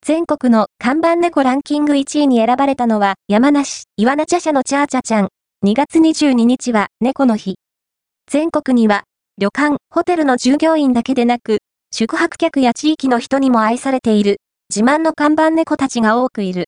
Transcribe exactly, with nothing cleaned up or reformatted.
全国の看板猫ランキングいちいに選ばれたのは山梨、岩名茶社のチャーチャちゃん。にがつにじゅうににちは猫の日。全国には旅館、ホテルの従業員だけでなく、宿泊客や地域の人にも愛されている自慢の看板猫たちが多くいる。